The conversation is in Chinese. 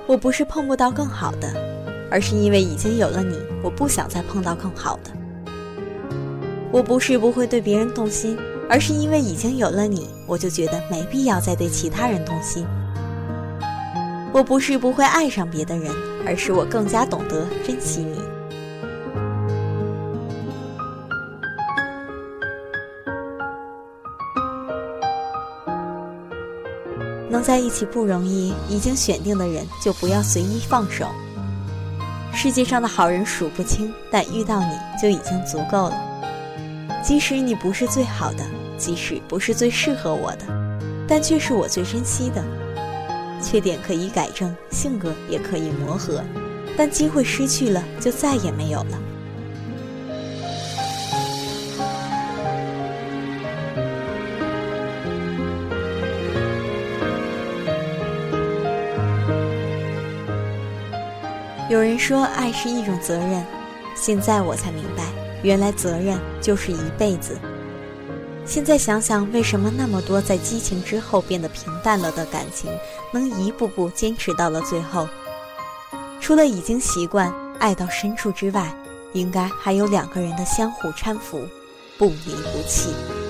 我不是碰不到更好的，而是因为已经有了你，我不想再碰到更好的。我不是不会对别人动心，而是因为已经有了你，我就觉得没必要再对其他人动心。我不是不会爱上别的人，而是我更加懂得珍惜你。能在一起不容易，已经选定的人就不要随意放手。世界上的好人数不清，但遇到你就已经足够了。即使你不是最好的，即使不是最适合我的，但却是我最珍惜的。缺点可以改正，性格也可以磨合，但机会失去了就再也没有了。有人说爱是一种责任，现在我才明白，原来责任就是一辈子。现在想想，为什么那么多在激情之后变得平淡了的感情，能一步步坚持到了最后？除了已经习惯爱到深处之外，应该还有两个人的相互搀扶，不离不弃。